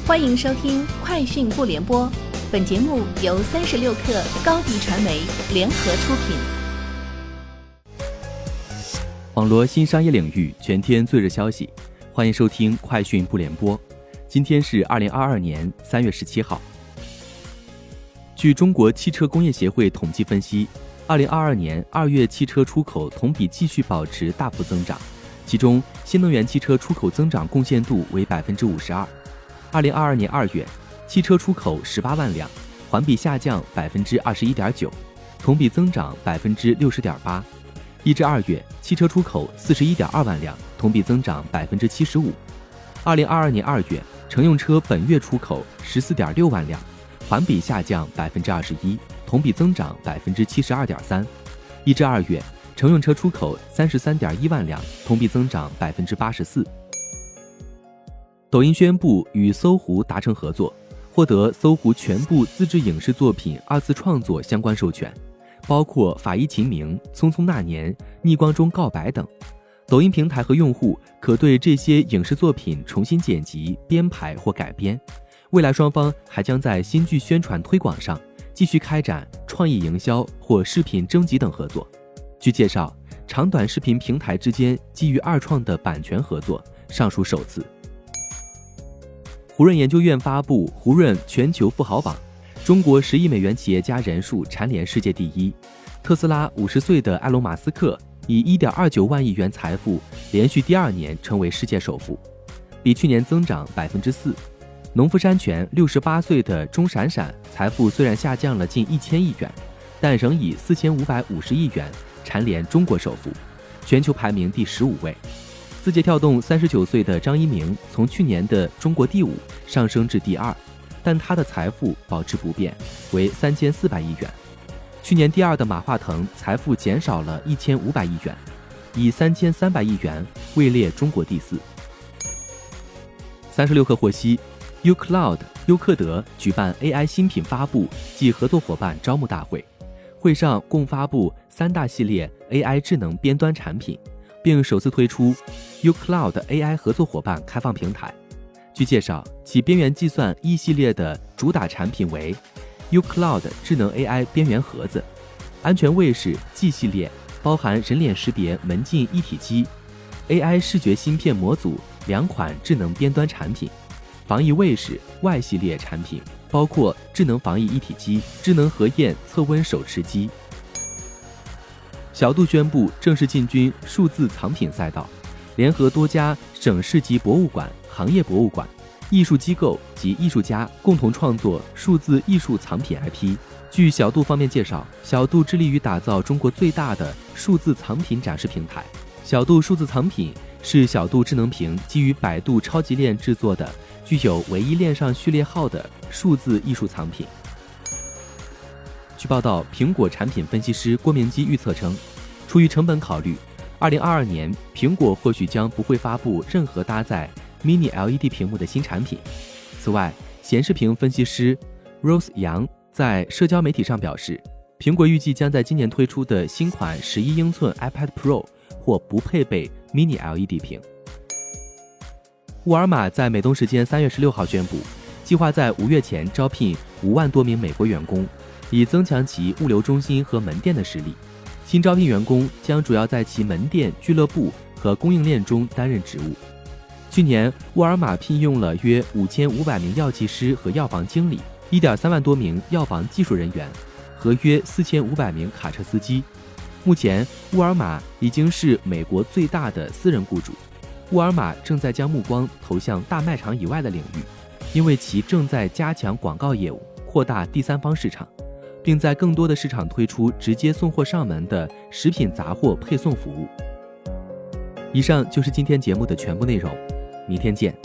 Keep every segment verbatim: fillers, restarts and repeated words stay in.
欢迎收听快讯不联播，本节目由三十六克高低传媒联合出品。 网罗新商业领域全天最热消息，欢迎收听快讯不联播。今天是二零二二年三月十七号。据中国汽车工业协会统计分析，二零二二年二月汽车出口同比继续保持大幅增长，其中新能源汽车出口增长贡献度为 百分之五十二。二零二二年二月，汽车出口十八万辆，环比下降 百分之二十一点九， 同比增长 百分之六十点八。一至二月，汽车出口四十一点二万辆，同比增长 百分之七十五。二零二二年二月，乘用车本月出口十四点六万辆，环比下降 百分之二十一， 同比增长 百分之七十二点三。一至二月，乘用车出口三十三点一万辆，同比增长 百分之八十四。抖音宣布与搜狐达成合作，获得搜狐全部自制影视作品二次创作相关授权，包括《法医秦明》、《匆匆那年》、《逆光中告白》等。抖音平台和用户可对这些影视作品重新剪辑、编排或改编。未来双方还将在新剧宣传推广上继续开展创意营销或视频征集等合作。据介绍，长短视频平台之间基于二创的版权合作尚属首次。胡润研究院发布胡润全球富豪榜，中国十亿美元企业家人数蝉联世界第一。特斯拉五十岁的埃隆·马斯克以 一点二九万亿元财富连续第二年成为世界首富，比去年增长 百分之四。农夫山泉六十八岁的钟闪闪财富虽然下降了近一千亿元，但仍以四千五百五十亿元蝉联中国首富，全球排名第十五位。字节跳动三十九岁的张一鸣从去年的中国第五上升至第二，但他的财富保持不变，为三千四百亿元。去年第二的马化腾财富减少了一千五百亿元，以三千三百亿元位列中国第四。三十六氪获悉 ，uCloud 优客德举办 A I 新品发布暨合作伙伴招募大会，会上共发布三大系列 A I 智能边端产品，并首次推出 uCloud A I 合作伙伴开放平台。据介绍，其边缘计算一系列的主打产品为 uCloud 智能 A I 边缘盒子、安全卫士 G 系列包含人脸识别门禁一体机、A I 视觉芯片模组两款智能边端产品，防疫卫士 Y 系列产品包括智能防疫一体机、智能核验测温手持机。小度宣布正式进军数字藏品赛道，联合多家省市级博物馆、行业博物馆、艺术机构及艺术家共同创作数字艺术藏品 I P。 据小度方面介绍，小度致力于打造中国最大的数字藏品展示平台。小度数字藏品是小度智能屏基于百度超级链制作的具有唯一链上序列号的数字艺术藏品。据报道，苹果产品分析师郭明基预测称，出于成本考虑，二零二二年苹果或许将不会发布任何搭载 Mini L E D 屏幕的新产品。此外，显示屏分析师 Rose 杨在社交媒体上表示，苹果预计将在今年推出的新款十一英寸 iPad Pro 或不配备 Mini L E D 屏。沃尔玛在美东时间三月十六号宣布，计划在五月前招聘五万多名美国员工，以增强其物流中心和门店的实力。新招聘员工将主要在其门店、俱乐部和供应链中担任职务。去年，沃尔玛聘用了约五千五百名药剂师和药房经理， 一点三万多名药房技术人员和约四千五百名卡车司机。目前，沃尔玛已经是美国最大的私人雇主。沃尔玛正在将目光投向大卖场以外的领域，因为其正在加强广告业务，扩大第三方市场，并在更多的市场推出直接送货上门的食品杂货配送服务。以上就是今天节目的全部内容，明天见。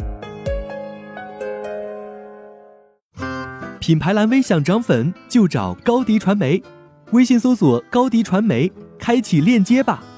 品牌蓝 V 想涨粉就找高迪传媒，微信搜索高迪传媒，开启链接吧。